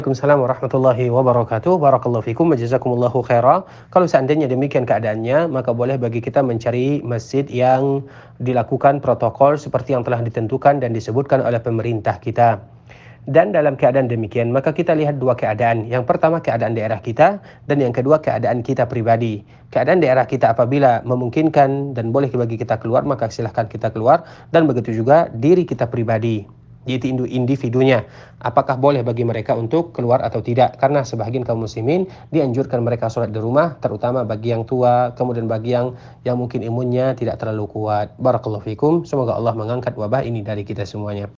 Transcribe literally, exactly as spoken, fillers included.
Waalaikumsalam warahmatullahi wabarakatuh. Barakallahu fikum wa jazakumullahu khaira. Kalau seandainya demikian keadaannya, maka boleh bagi kita mencari masjid yang dilakukan protokol seperti yang telah ditentukan dan disebutkan oleh pemerintah kita. Dan dalam keadaan demikian, maka kita lihat dua keadaan. Yang pertama keadaan daerah kita dan yang kedua keadaan kita pribadi. Keadaan daerah kita apabila memungkinkan dan boleh bagi kita keluar, maka silahkan kita keluar. Dan begitu juga diri kita pribadi, yaitu individunya. Apakah boleh bagi mereka untuk keluar atau tidak? Karena sebahagian kaum muslimin dianjurkan mereka sholat di rumah, terutama bagi yang tua, kemudian bagi yang yang mungkin imunnya tidak terlalu kuat. Barakallahu fikum. Semoga Allah mengangkat wabah ini dari kita semuanya.